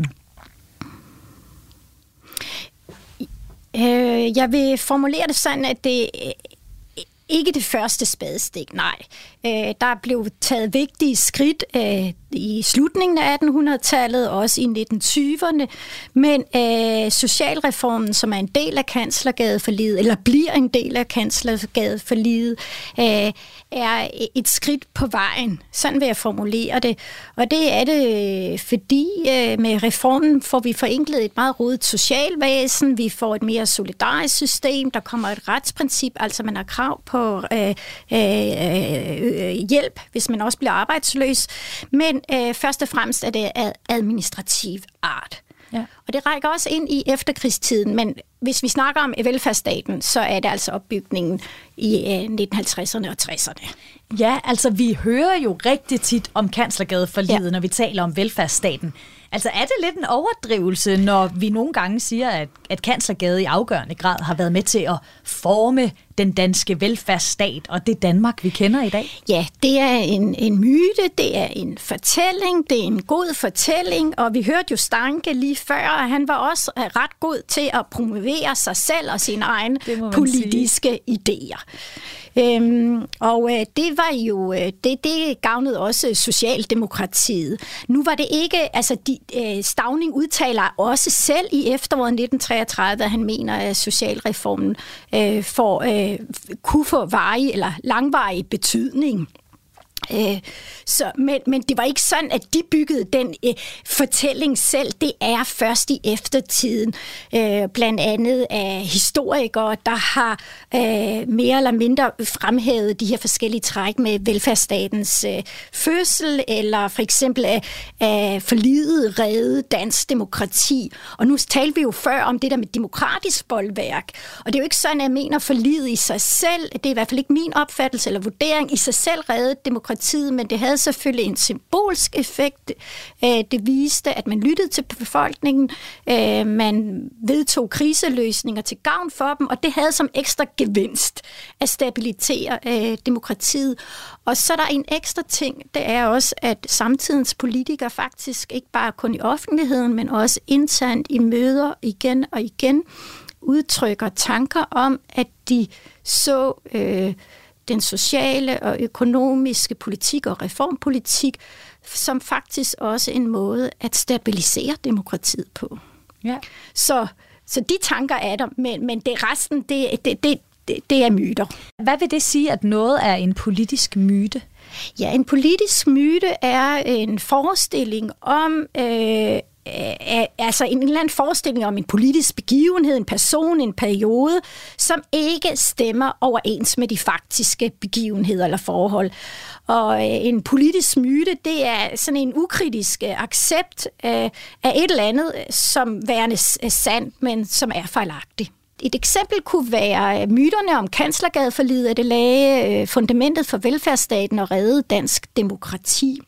Speaker 4: Øh, jeg vil formulere det sådan, at det ikke det første spadestik, nej. Øh, der blev taget vigtige skridt øh, i slutningen af attenhundredetallet, også i nitten tyverne, men øh, socialreformen, som er en del af kanslergadeforliget, eller bliver en del af kanslergadeforliget, øh, er et skridt på vejen. Sådan vil jeg formulere det. Og det er det, fordi øh, med reformen får vi forenklet et meget rodet socialvæsen, vi får et mere solidarisk system, der kommer et retsprincip, altså man har krav på øh, øh, hjælp, hvis man også bliver arbejdsløs, men øh, først og fremmest er det af administrativ art. Ja. Og det rækker også ind i efterkrigstiden, men hvis vi snakker om velfærdsstaten, så er det altså opbygningen i øh, nitten halvtredserne og tresserne.
Speaker 3: Ja, altså vi hører jo rigtig tit om Kanslergadeforliget, ja. Når vi taler om velfærdsstaten. Altså er det lidt en overdrivelse, når vi nogle gange siger, at, at Kanslergade i afgørende grad har været med til at forme den danske velfærdsstat og det Danmark, vi kender i dag?
Speaker 4: Ja, det er en, en myte, det er en fortælling, det er en god fortælling, og vi hørte jo Stanke lige før, og han var også ret god til at promovere sig selv og sine egne politiske sige. idéer. Øhm, og øh, det var jo, øh, det, det gavnede også Socialdemokratiet. Nu var det ikke, altså de, øh, Stauning udtaler også selv i efteråret nitten treogtredive, at han mener, at socialreformen øh, får, øh, kunne få varig eller langvarig betydning. Øh, så, men, men det var ikke sådan, at de byggede den øh, fortælling selv. Det er først i eftertiden, øh, blandt andet af historikere, der har øh, mere eller mindre fremhævet de her forskellige træk med velfærdsstatens øh, fødsel, eller for eksempel af, af forliget reddet dansk demokrati. Og nu talte vi jo før om det der med demokratisk boldværk, og det er jo ikke sådan, at jeg mener forliget i sig selv, det er i hvert fald ikke min opfattelse eller vurdering, i sig selv reddet demokrati, men det havde selvfølgelig en symbolsk effekt. Det viste, at man lyttede til befolkningen, man vedtog kriseløsninger til gavn for dem, og det havde som ekstra gevinst at stabilisere demokratiet. Og så er der en ekstra ting, det er også, at samtidens politikere faktisk ikke bare kun i offentligheden, men også internt i møder igen og igen udtrykker tanker om, at de så øh, den sociale og økonomiske politik og reformpolitik, som faktisk også en måde at stabilisere demokratiet på. Ja. Så, så de tanker er der, men, men det resten, det, det, det, det, det er myter.
Speaker 3: Hvad vil det sige, at noget er en politisk myte?
Speaker 4: Ja, en politisk myte er en forestilling om... Øh, altså en eller anden forestilling om en politisk begivenhed, en person, en periode, som ikke stemmer overens med de faktiske begivenheder eller forhold. Og en politisk myte, det er sådan en ukritisk accept af et eller andet, som værende sandt, men som er fejlagtigt. Et eksempel kunne være myterne om Kanslergadeforliget, at det lagde fundamentet for velfærdsstaten og reddede dansk demokrati.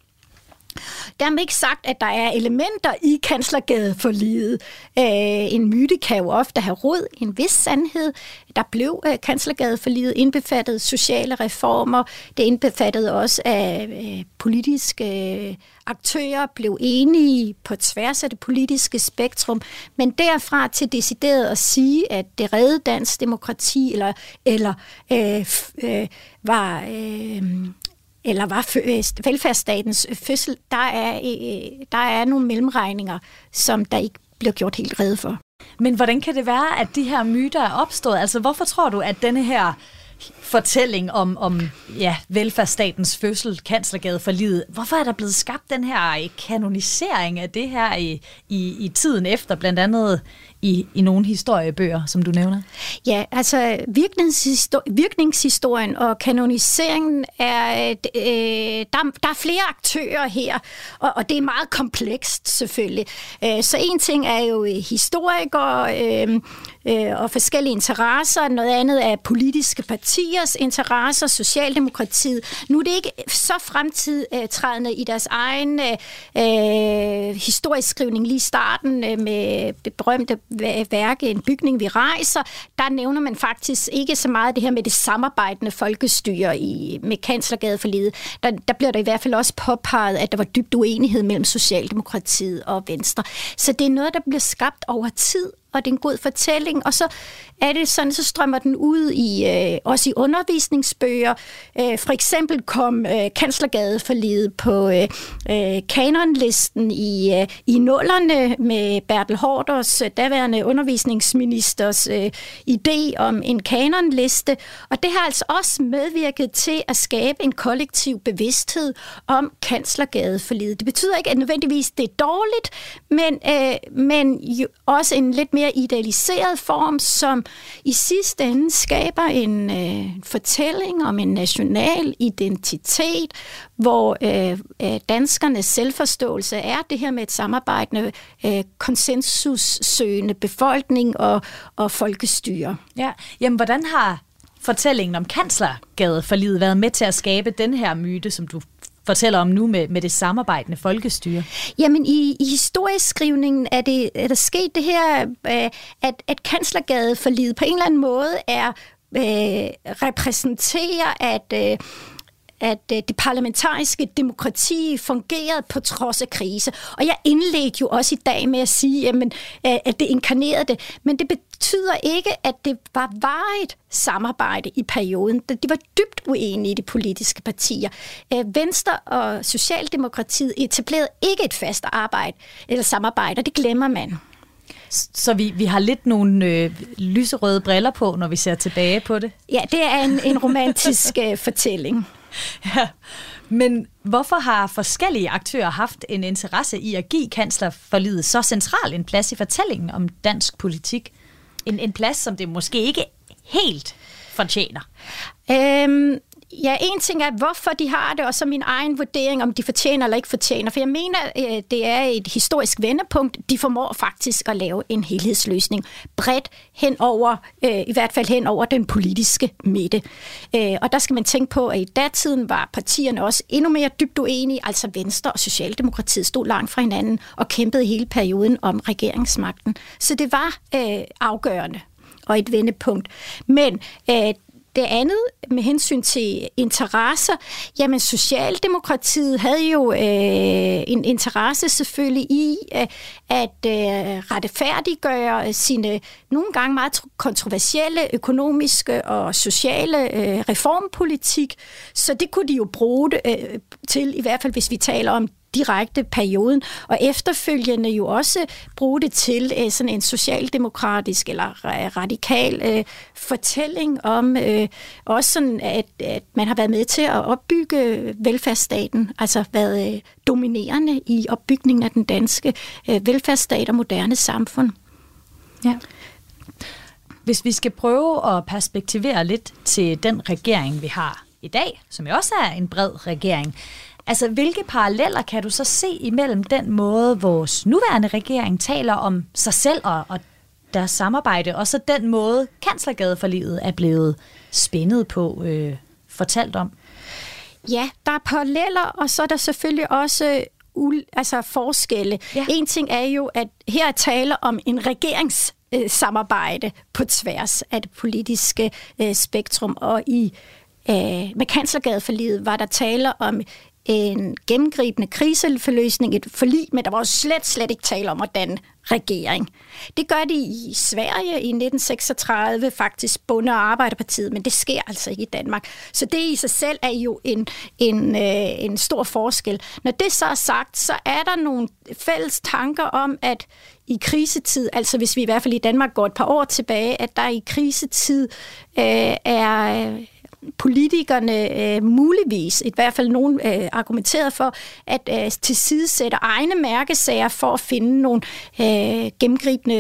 Speaker 4: Dermed ikke sagt, at der er elementer i Kanslergadeforliget. En myte kan jo ofte have rod i en vis sandhed. Der blev Kanslergadeforliget indbefattet sociale reformer. Det indbefattede også, at politiske aktører blev enige på tværs af det politiske spektrum. Men derfra til decideret at sige, at det reddede dansk demokrati, eller, eller øh, øh, var... Øh, eller var velfærdsstatens fødsel, der er, der er nogle mellemregninger, som der ikke bliver gjort helt rede for.
Speaker 3: Men hvordan kan det være, at de her myter er opstået? Altså, hvorfor tror du, at denne her fortælling om, om ja, velfærdsstatens fødsel, Kanslergadeforliget, hvorfor er der blevet skabt den her kanonisering af det her i, i, i tiden efter, blandt andet i, i nogle historiebøger, som du nævner?
Speaker 4: Ja, altså virkningshistor- virkningshistorien og kanoniseringen er, øh, der, der er flere aktører her, og, og det er meget komplekst selvfølgelig. Øh, så en ting er jo historikere øh, øh, og forskellige interesser, noget andet er politiske partiers interesser, Socialdemokratiet. Nu er det ikke så fremtidtrædende i deres egen øh, historieskrivning lige i starten øh, med det berømte værke, En bygning vi rejser. Der nævner man faktisk ikke så meget det her med det samarbejdende folkestyre i, med Kanslergadeforliget. Der, der bliver der i hvert fald også påpeget, at der var dybt uenighed mellem Socialdemokratiet og Venstre. Så det er noget, der bliver skabt over tid, og det er en god fortælling, og så er det sådan, så strømmer den ud i øh, også i undervisningsbøger. Øh, for eksempel kom øh, Kanslergadeforliget på øh, øh, kanonlisten i, øh, i nullerne med Bertel Haarders, øh, daværende undervisningsministers øh, idé om en kanonliste, og det har altså også medvirket til at skabe en kollektiv bevidsthed om Kanslergadeforliget. Det betyder ikke, at nødvendigvis det er dårligt, men, øh, men jo også en lidt mere mere idealiseret form, som i sidste ende skaber en øh, fortælling om en national identitet, hvor øh, danskernes selvforståelse er det her med et samarbejdende, øh, konsensussøgende befolkning og, og folkestyre.
Speaker 3: Ja, jamen hvordan har fortællingen om Kanslergadeforliget været med til at skabe den her myte, som du fortæller om nu med, med det samarbejdende folkestyre?
Speaker 4: Jamen i, i historieskrivningen er, det, er der sket det her, øh, at, at Kanslergadeforliget på en eller anden måde er øh, repræsenterer, at øh, at det parlamentariske demokrati fungerede på trods af krise. Og jeg indledte jo også i dag med at sige, jamen, at det inkarnerede det, men det betyder ikke, at det var varigt samarbejde i perioden. De var dybt uenige i de politiske partier. Venstre og Socialdemokratiet etablerede ikke et fast arbejde eller samarbejde, og det glemmer man.
Speaker 3: Så vi, vi har lidt nogle øh, lyserøde briller på, når vi ser tilbage på det?
Speaker 4: Ja, det er en, en romantisk øh, fortælling.
Speaker 3: Ja, men hvorfor har forskellige aktører haft en interesse i at give Kanslerforliget så central en plads i fortællingen om dansk politik? En, en plads, som det måske ikke helt fortjener?
Speaker 4: Øhm, ja, en ting er, hvorfor de har det, og så min egen vurdering, om de fortjener eller ikke fortjener. For jeg mener, det er et historisk vendepunkt. De formår faktisk at lave en helhedsløsning bredt hen over, øh, i hvert fald hen over den politiske midte. Øh, og der skal man tænke på, at i datiden var partierne også endnu mere dybt uenige, altså Venstre og Socialdemokratiet stod langt fra hinanden og kæmpede hele perioden om regeringsmagten. Så det var øh, afgørende og et vendepunkt. Men øh, det andet med hensyn til interesser, jamen Socialdemokratiet havde jo øh, en interesse selvfølgelig i øh, at øh, retfærdiggøre sine nogle gange meget kontroversielle økonomiske og sociale øh, reformpolitik, så det kunne de jo bruge det øh, til, i hvert fald hvis vi taler om direkte perioden, og efterfølgende jo også bruge det til øh, sådan en socialdemokratisk eller radikal øh, fortælling om øh, også sådan, at, at man har været med til at opbygge velfærdsstaten, altså været øh, dominerende i opbygningen af den danske øh, velfærdsstat og moderne samfund.
Speaker 3: Ja. Hvis vi skal prøve at perspektivere lidt til den regering, vi har i dag, som jo også er en bred regering, altså, hvilke paralleller kan du så se imellem den måde, vores nuværende regering taler om sig selv og, og deres samarbejde, og så den måde, Kanslergadeforliget er blevet spændet på, øh, fortalt om?
Speaker 4: Ja, der er paralleller, og så er der selvfølgelig også ul- altså forskelle. Ja. En ting er jo, at her er tale om en regeringssamarbejde på tværs af det politiske øh, spektrum, og i øh, med Kanslergadeforliget var der tale om en gennemgribende kriseforløsning, et forlig, men der var jo slet, slet ikke tale om at danne regering. Det gør de i Sverige i nitten seksogtredive, faktisk Bonde- og Arbejderpartiet, men det sker altså ikke i Danmark. Så det i sig selv er jo en, en, øh, en stor forskel. Når det så er sagt, så er der nogle fælles tanker om, at i krisetid, altså hvis vi i hvert fald i Danmark går et par år tilbage, at der i krisetid øh, er Øh, politikerne øh, muligvis, i hvert fald nogen øh, argumenteret for, at øh, tilsidesætte egne mærkesager for at finde nogle øh, gennemgribende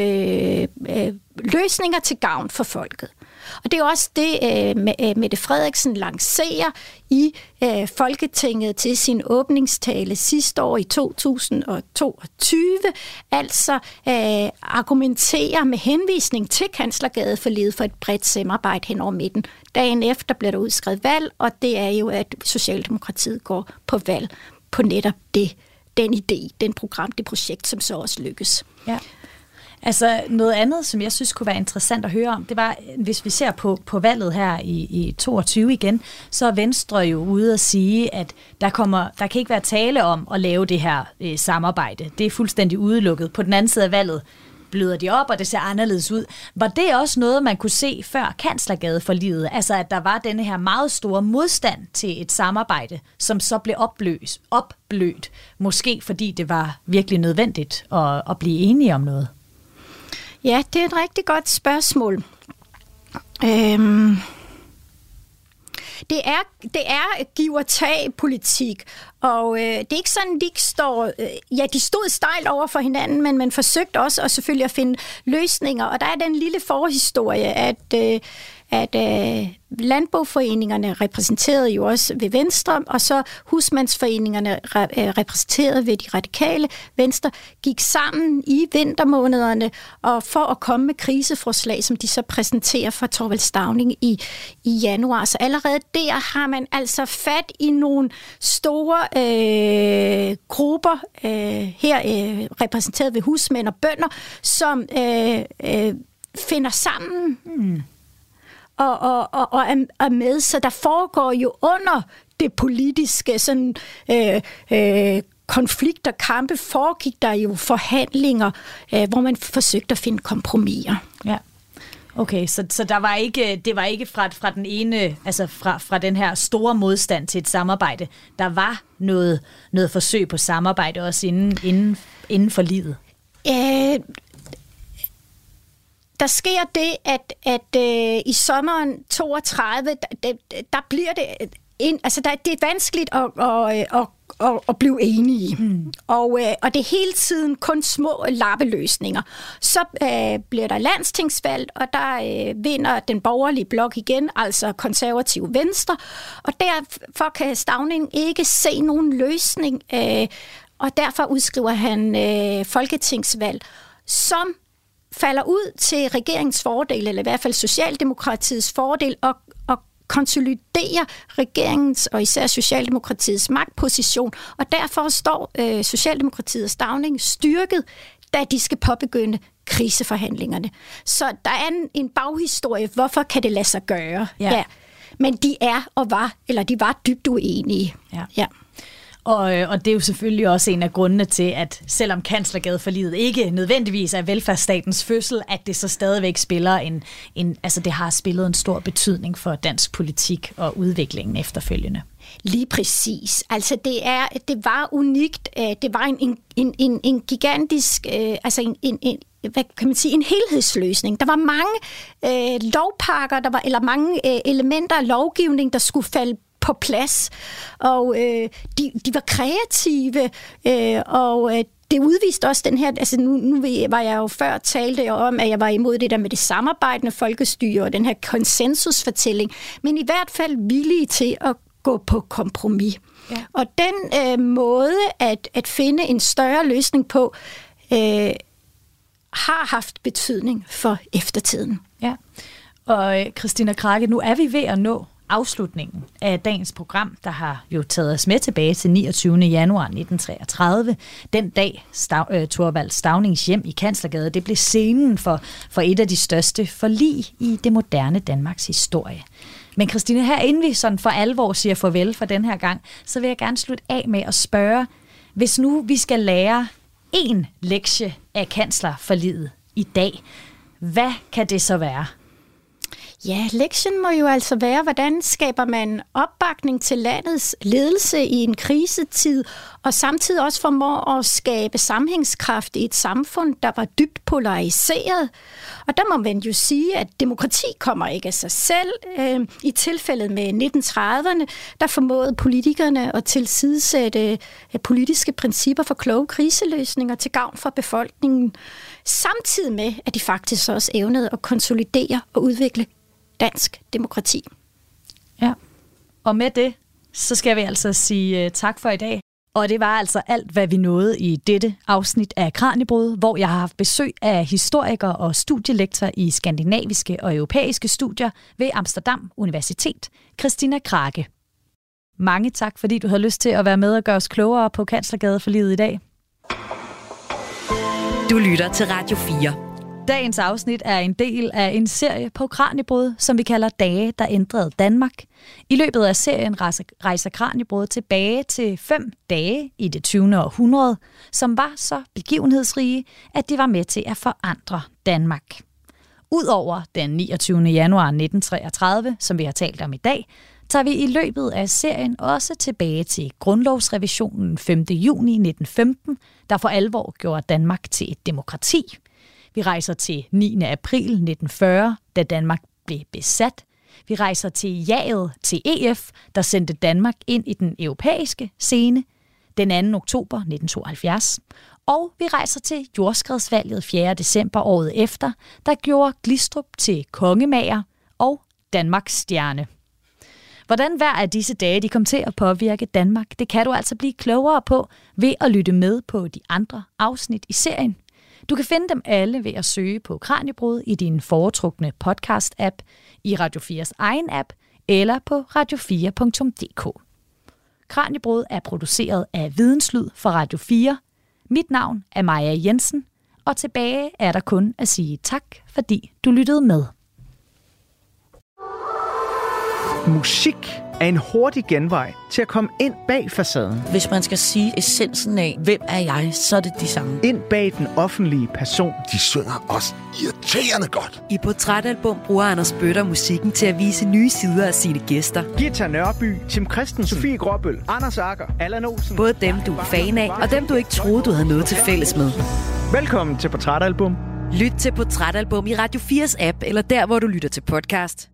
Speaker 4: øh, løsninger til gavn for folket. Og det er også det, øh, Mette Frederiksen lancerer i øh, Folketinget til sin åbningstale sidste år i to tusind og toogtyve, altså øh, argumenterer med henvisning til Kanslergadeforliget for et bredt samarbejde hen over midten. Dagen efter bliver der udskrevet valg, og det er jo, at Socialdemokratiet går på valg på netop det, den idé, den program, det projekt, som så også lykkes. Ja.
Speaker 3: Altså noget andet, som jeg synes kunne være interessant at høre om, det var, hvis vi ser på, på valget her i, i toogtyve igen, så er Venstre jo ude at sige, at der, kommer, der kan ikke være tale om at lave det her øh, samarbejde. Det er fuldstændig udelukket. På den anden side af valget bløder de op, og det ser anderledes ud. Var det også noget, man kunne se før Kanslergadeforliget? Altså, at der var denne her meget store modstand til et samarbejde, som så blev opløst, opblødt, måske fordi det var virkelig nødvendigt at, at blive enige om noget?
Speaker 4: Ja, det er et rigtig godt spørgsmål. Øhm det er, det er giv og tag politik, og øh, det er ikke sådan, de ikke står, øh, ja, de stod stejlt over for hinanden, men man forsøgte også at selvfølgelig at finde løsninger, og der er den lille forhistorie, at øh, at øh, landboforeningerne repræsenterede jo også ved Venstre, og så husmandsforeningerne re- øh, repræsenterede ved de radikale Venstre, gik sammen i vintermånederne og for at komme med kriseforslag, som de så præsenterer for Thorvald Stauning i, i januar. Så allerede der har man altså fat i nogle store øh, grupper, øh, her øh, repræsenteret ved husmænd og bønder, som øh, øh, finder sammen hmm. Og, og, og, og er med, så der foregår jo under det politiske sådan, øh, øh, konflikter, kampe, foregik der jo forhandlinger, øh, hvor man forsøgte at finde kompromiser.
Speaker 3: Ja. Okay, så, så der var ikke, det var ikke fra, fra den ene, altså fra, fra den her store modstand til et samarbejde. Der var noget, noget forsøg på samarbejde også inden, inden, inden for livet.
Speaker 4: Øh, Der sker det, at, at øh, i sommeren toogtredive, der, der bliver det, en, altså der, det er vanskeligt at, at, at, at, at blive enige. Mm. Og, øh, og det er hele tiden kun små lappeløsninger. Så øh, bliver der landstingsvalg, og der øh, vinder den borgerlige blok igen, altså konservativ Venstre. Og derfor kan Stauning ikke se nogen løsning, øh, og derfor udskriver han øh, folketingsvalg, som falder ud til regeringens fordel, eller i hvert fald Socialdemokratiets fordel, og, og konsoliderer regeringens og især Socialdemokratiets magtposition. Og derfor står øh, Socialdemokratiet og Stauning styrket, da de skal påbegynde kriseforhandlingerne. Så der er en, en baghistorie. Hvorfor kan det lade sig gøre?
Speaker 3: Ja. Ja.
Speaker 4: Men de er og var, eller de var dybt uenige.
Speaker 3: Ja.
Speaker 4: Ja.
Speaker 3: Og, og det er jo selvfølgelig også en af grundene til, at selvom Kanslergadeforliget ikke nødvendigvis er velfærdsstatens fødsel, at det så stadigvæk spiller en, en, altså det har spillet en stor betydning for dansk politik og udviklingen efterfølgende.
Speaker 4: Lige præcis. Altså det er, det var unikt. Det var en, en, en, en gigantisk, altså en, en, en hvad kan man sige, en helhedsløsning. Der var mange øh, lovpakker, der var, eller mange øh, elementer af lovgivning, der skulle falde på plads, og øh, de, de var kreative, øh, og øh, det udviste også den her, altså nu, nu var jeg jo før talte om, at jeg var imod det der med det samarbejdende folkestyre, og den her konsensusfortælling, men i hvert fald villige til at gå på kompromis. Ja. Og den øh, måde at, at finde en større løsning på, øh, har haft betydning for eftertiden.
Speaker 3: Ja, og Christina Krake, nu er vi ved at nå afslutningen af dagens program, der har jo taget os med tilbage til niogtyvende januar nitten treogtredive. Den dag, Stav, uh, Thorvald Staunings hjem i Kanslergade, det blev scenen for, for et af de største forlig i det moderne Danmarks historie. Men Christina, her inden vi sådan for alvor siger farvel for den her gang, så vil jeg gerne slutte af med at spørge, hvis nu vi skal lære en lektie af kanslerforliget i dag, hvad kan det så være?
Speaker 4: Ja, lektien må jo altså være, hvordan skaber man opbakning til landets ledelse i en krisetid, og samtidig også formår at skabe sammenhængskraft i et samfund, der var dybt polariseret. Og der må man jo sige, at demokrati kommer ikke af sig selv. I tilfældet med nitten trediverne, der formåede politikerne at tilsidesætte politiske principper for kloge kriseløsninger til gavn for befolkningen, samtidig med, at de faktisk også evnede at konsolidere og udvikle dansk demokrati.
Speaker 3: Ja, og med det, så skal vi altså sige uh, tak for i dag. Og det var altså alt, hvad vi nåede i dette afsnit af Kraniebrud, hvor jeg har haft besøg af historiker og studielektor i skandinaviske og europæiske studier ved Amsterdam Universitet, Christina Krake. Mange tak, fordi du havde lyst til at være med og gøre os klogere på Kanslergadeforliget i dag.
Speaker 2: Du lytter til Radio fire.
Speaker 3: Dagens afsnit er en del af en serie på Kraniebrud, som vi kalder Dage, der ændrede Danmark. I løbet af serien rejser Kraniebrud tilbage til fem dage i det tyvende århundrede, som var så begivenhedsrige, at de var med til at forandre Danmark. Udover den niogtyvende januar nitten treogtredive, som vi har talt om i dag, tager vi i løbet af serien også tilbage til grundlovsrevisionen femte juni nitten femten, der for alvor gjorde Danmark til et demokrati. Vi rejser til niende april nitten fyrre, da Danmark blev besat. Vi rejser til jaget til E F, der sendte Danmark ind i den europæiske scene den anden oktober nitten tooghalvfjerds. Og vi rejser til jordskredsvalget fjerde december året efter, der gjorde Glistrup til kongemager og Danmarks stjerne. Hvordan hver af disse dage de kom til at påvirke Danmark, det kan du altså blive klogere på ved at lytte med på de andre afsnit i serien. Du kan finde dem alle ved at søge på Kraniebrud i din foretrukne podcast-app, i Radio fires egen app eller på radio fire punktum d k. Kraniebrud er produceret af Videnslyd for Radio fire. Mit navn er Maja Jensen, og tilbage er der kun at sige tak, fordi du lyttede med.
Speaker 8: Musik er en hurtig genvej til at komme ind bag facaden.
Speaker 9: Hvis man skal sige essensen af, hvem er jeg, så er det de samme.
Speaker 8: Ind bag den offentlige person.
Speaker 10: De synger også irriterende godt.
Speaker 2: I Portrætalbum bruger Anders Bøtter musikken til at vise nye sider af sine gæster.
Speaker 8: Gita Nørby, Tim Christensen, Sofie Gråbøl, Anders Agger, Allan Olsen.
Speaker 2: Både dem, du er fan af, og dem, du ikke troede, du havde noget til fælles med.
Speaker 8: Velkommen til Portrætalbum.
Speaker 2: Lyt til Portrætalbum i Radio fires app, eller der, hvor du lytter til podcast.